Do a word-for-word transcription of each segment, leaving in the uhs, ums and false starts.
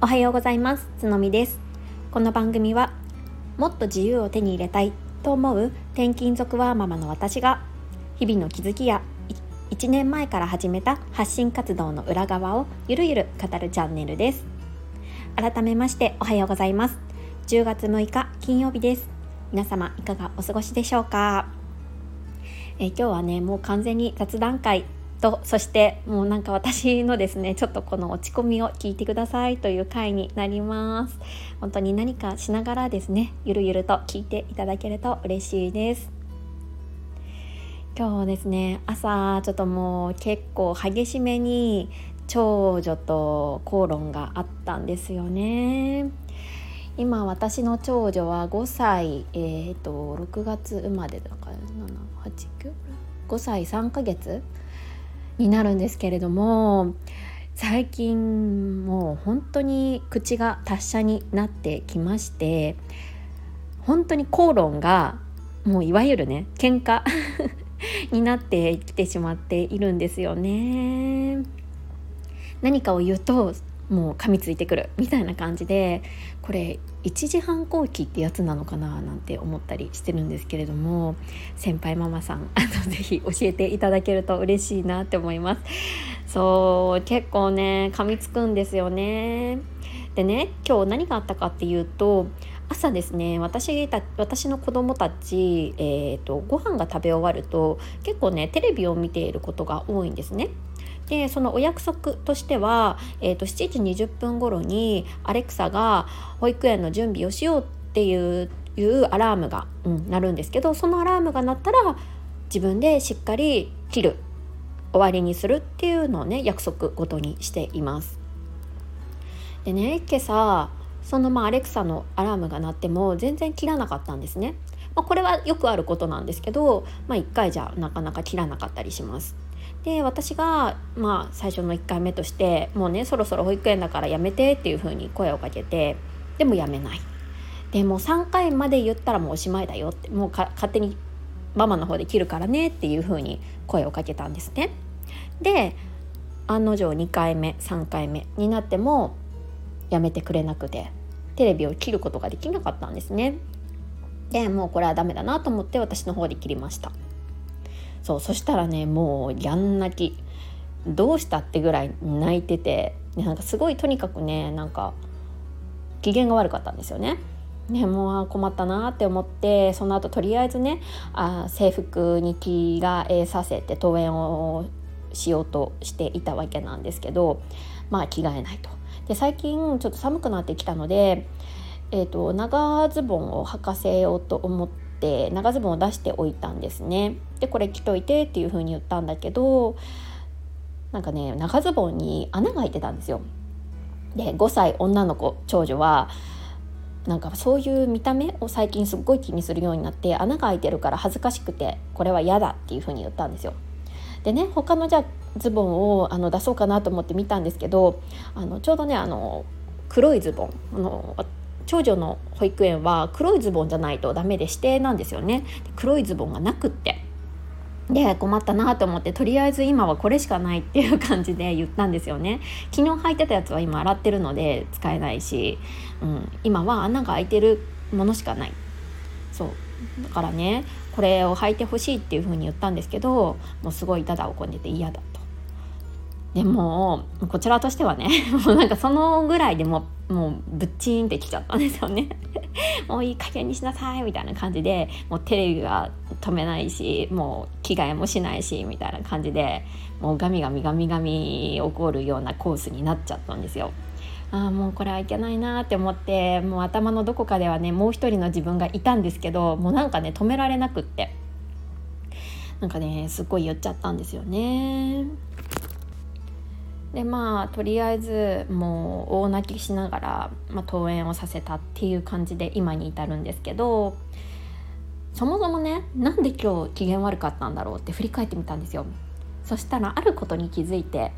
おはようございます。つのみです。この番組はもっと自由を手に入れたいと思う転勤族ワーママの私が日々の気づきやいちねんまえから始めた発信活動の裏側をゆるゆる語るチャンネルです。改めましておはようございます。じゅうがつむいか金曜日です。皆様いかがお過ごしでしょうか。えー、今日はねもう完全に雑談会と、そしてもうなんか私のですねちょっとこの落ち込みを聞いてくださいという回になります。本当に何かしながらですねゆるゆると聞いていただけると嬉しいです。今日ですね朝ちょっともう結構激しめに長女と口論があったんですよね。今私の長女はごさい、えー、とろくがつ生まれだからなな、はち、きゅう、ごさいさんかげつになるんですけれども、最近もう本当に口が達者になってきまして、本当に口論がもういわゆるね喧嘩になってきてしまっているんですよね。何かを言うともう噛みついてくるみたいな感じで、これ一時反抗期ってやつなのかななんて思ったりしてるんですけれども、先輩ママさんあのぜひ教えていただけると嬉しいなって思います。そう結構ね噛みつくんですよね。でね今日何があったかっていうと、朝ですね私た私の子供たち、えーと、ご飯が食べ終わると結構ねテレビを見ていることが多いんですね。でそのお約束としては、えーと、しちじにじゅっぷん頃にアレクサが保育園の準備をしようっていういうアラームが、うん、鳴るんですけど、そのアラームが鳴ったら自分でしっかり切る、終わりにするっていうのをね約束ごとにしています。でね今朝そのまあアレクサのアラームが鳴っても全然切らなかったんですね。まあ、これはよくあることなんですけど、まあ、いっかいじゃなかなか切らなかったりします。で私が、まあ、最初のいっかいめとしてもうねそろそろ保育園だからやめてっていう風に声をかけて、でもやめない。でもうさんかいまで言ったらもうおしまいだよって、もうか勝手にママの方で切るからねっていう風に声をかけたんですね。で案の定にかいめさんかいめになってもやめてくれなくて、テレビを切ることができなかったんですね。でもうこれはダメだなと思って私の方で切りました。そうそしたらねもうやん泣き、どうしたってぐらい泣いてて、なんかすごいとにかくねなんか機嫌が悪かったんですよね。ねもう困ったなって思って、その後とりあえずねあ制服に着替えさせて登園をしようとしていたわけなんですけど、まあ着替えないと。で最近ちょっと寒くなってきたので、えーと、長ズボンを履かせようと思って長ズボンを出しておいたんですね。でこれ着といてっていう風に言ったんだけど、なんかね長ズボンに穴が開いてたんですよ。でごさい女の子長女はなんかそういう見た目を最近すっごい気にするようになって、穴が開いてるから恥ずかしくてこれは嫌だっていう風に言ったんですよ。でね他のじゃあズボンをあの出そうかなと思って見たんですけど、あのちょうどねあの黒いズボン、あの長女の保育園は黒いズボンじゃないとダメで指定なんですよね。黒いズボンがなくって、で困ったなと思って、とりあえず今はこれしかないっていう感じで言ったんですよね。昨日履いてたやつは今洗ってるので使えないし、うん、今は穴が開いてるものしかない。そうだからねこれを履いてほしいっていう風に言ったんですけど、もうすごいダダをこねて嫌だと。でもこちらとしてはねもうなんかそのぐらいでももうぶっちーんってきちゃったんですよねもういい加減にしなさいみたいな感じで、もうテレビは止めないしもう着替えもしないしみたいな感じで、もうガミガミガミガミ起こるようなコースになっちゃったんですよ。あもうこれはいけないなって思って、もう頭のどこかではねもう一人の自分がいたんですけど、もうなんかね止められなくって、なんかねすっごい言っちゃったんですよね。でまあとりあえずもう大泣きしながら、まあ、登園をさせたっていう感じで今に至るんですけど、そもそもねなんで今日機嫌悪かったんだろうって振り返ってみたんですよ。そしたらあることに気づいて、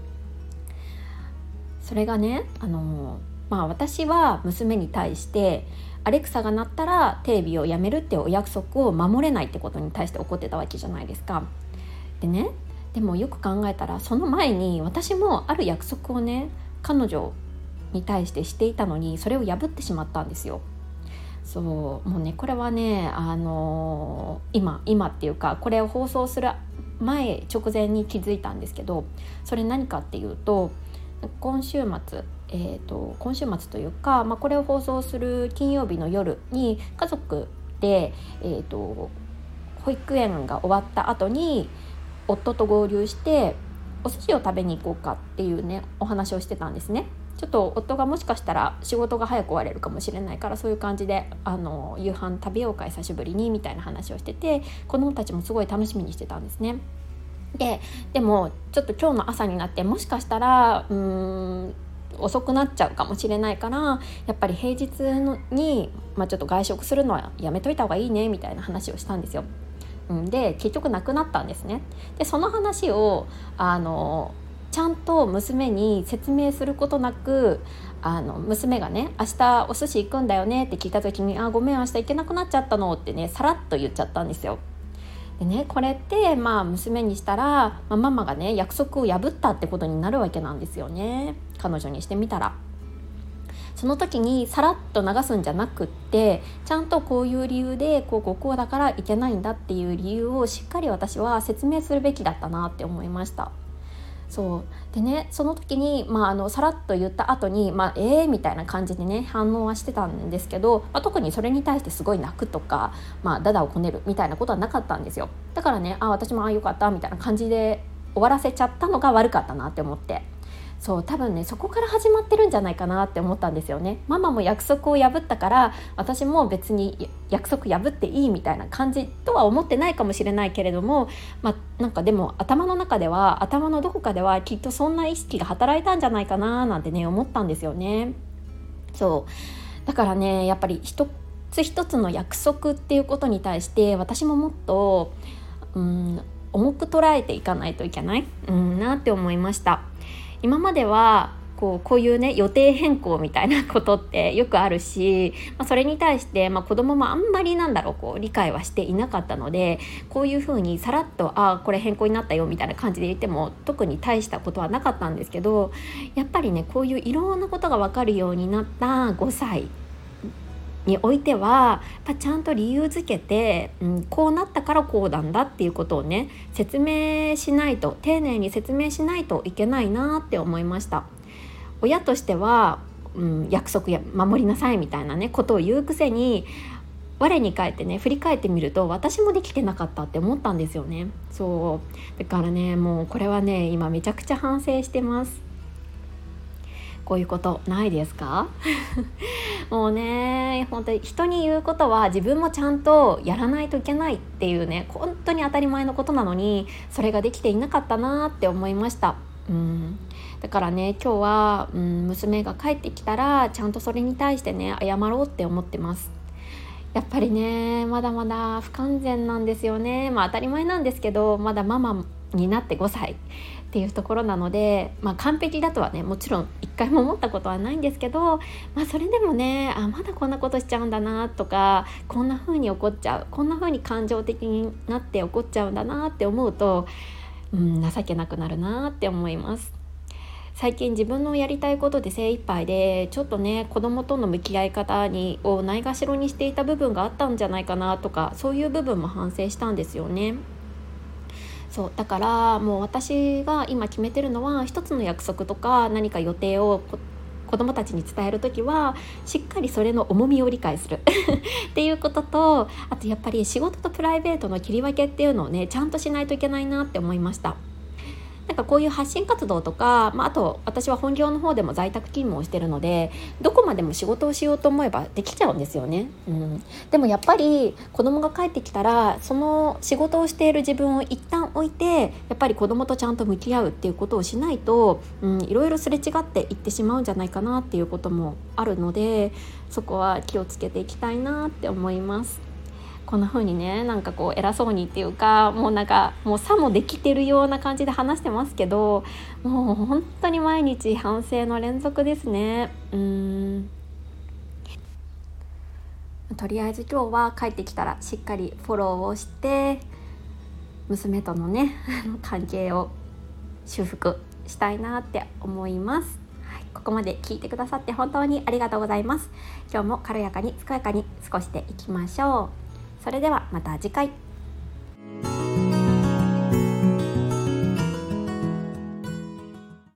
それがねあの、まあ、私は娘に対してアレクサが鳴ったらテレビをやめるっていうお約束を守れないってことに対して怒ってたわけじゃないですか。でねでもよく考えたらその前に私もある約束をね彼女に対してしていたのに、それを破ってしまったんですよ。そうもうねこれはね、あのー、今今っていうか、これを放送する前直前に気づいたんですけど、それ何かっていうと、今週末えーと、今週末というか、まあ、これを放送する金曜日の夜に家族で、えーと、保育園が終わった後に夫と合流してお寿司を食べに行こうかっていうねお話をしてたんですね。ちょっと夫がもしかしたら仕事が早く終われるかもしれないから、そういう感じであの夕飯食べようか久しぶりにみたいな話をしてて、子供たちもすごい楽しみにしてたんですね。で、でもちょっと今日の朝になって、もしかしたらうーん遅くなっちゃうかもしれないから、やっぱり平日のに、まあ、ちょっと外食するのはやめといた方がいいねみたいな話をしたんですよ。うん、で結局なくなったんですね。でその話をあのちゃんと娘に説明することなく、あの娘がね明日お寿司行くんだよねって聞いた時に、あごめん明日行けなくなっちゃったのってねさらっと言っちゃったんですよ。でねこれってまあ娘にしたら、まあ、ママがね約束を破ったってことになるわけなんですよね、彼女にしてみたら。その時にさらっと流すんじゃなくって、ちゃんとこういう理由でこうこうこうだからいけないんだっていう理由をしっかり私は説明するべきだったなって思いました。そうでね、その時に、まあ、あのさらっと言った後に、まあ、えーみたいな感じでね反応はしてたんですけど、まあ、特にそれに対してすごい泣くとか、まあ、ダダをこねるみたいなことはなかったんですよ。だからね、あ私もあよかったみたいな感じで終わらせちゃったのが悪かったなって思って、そう多分ねそこから始まってるんじゃないかなって思ったんですよね。ママも約束を破ったから私も別に約束破っていいみたいな感じとは思ってないかもしれないけれども、まあ、なんかでも頭の中では頭のどこかではきっとそんな意識が働いたんじゃないかななんてね思ったんですよね。そうだからねやっぱり一つ一つの約束っていうことに対して私ももっとうん重く捉えていかないといけない、うん、なって思いました。今まではこう、こういうね予定変更みたいなことってよくあるし、まあ、それに対して、まあ、子供もあんまりなんだろうこう理解はしていなかったので、こういうふうにさらっとあこれ変更になったよみたいな感じで言っても特に大したことはなかったんですけど、やっぱりねこういういろんなことが分かるようになったごさいにおいてはやっぱちゃんと理由づけて、うん、こうなったからこうなんだっていうことをね説明しないと、丁寧に説明しないといけないなって思いました。親としては、うん、約束や守りなさいみたいなねことを言うくせに、我に返ってね振り返ってみると私もできてなかったって思ったんですよね。そうだからねもうこれはね今めちゃくちゃ反省してます。こういうことないですかもうね本当に人に言うことは自分もちゃんとやらないといけないっていうね本当に当たり前のことなのに、それができていなかったなって思いました。うんだからね今日は、うん、娘が帰ってきたらちゃんとそれに対してね謝ろうって思ってます。やっぱりねまだまだ不完全なんですよね。まあ当たり前なんですけど、まだママになってごさいっていうところなので、まあ、完璧だとはねもちろん一回も思ったことはないんですけど、まあ、それでもねあまだこんなことしちゃうんだなとか、こんな風に怒っちゃうこんな風に感情的になって怒っちゃうんだなって思うと、うん、情けなくなるなって思います。最近自分のやりたいことで精一杯で、ちょっとね子供との向き合い方にをないがしろにしていた部分があったんじゃないかなとか、そういう部分も反省したんですよね。そうだからもう私が今決めてるのは、一つの約束とか何か予定を子供たちに伝えるときはしっかりそれの重みを理解するっていうことと、あとやっぱり仕事とプライベートの切り分けっていうのをねちゃんとしないといけないなって思いました。なんかこういう発信活動とか、まあ、あと私は本業の方でも在宅勤務をしているので、どこまでも仕事をしようと思えばできちゃうんですよね、うん、でもやっぱり子供が帰ってきたらその仕事をしている自分を一旦置いて、やっぱり子供とちゃんと向き合うっていうことをしないと、うん、いろいろすれ違っていってしまうんじゃないかなっていうこともあるので、そこは気をつけていきたいなって思います。こんな風にねなんかこう偉そうにっていうか、もうなんかもうさもできてるような感じで話してますけど、もう本当に毎日反省の連続ですね。うーんとりあえず今日は帰ってきたらしっかりフォローをして娘とのね関係を修復したいなって思います。はいここまで聞いてくださって本当にありがとうございます。今日も軽やかに健やかに過ごしていきましょう。それではまた次回。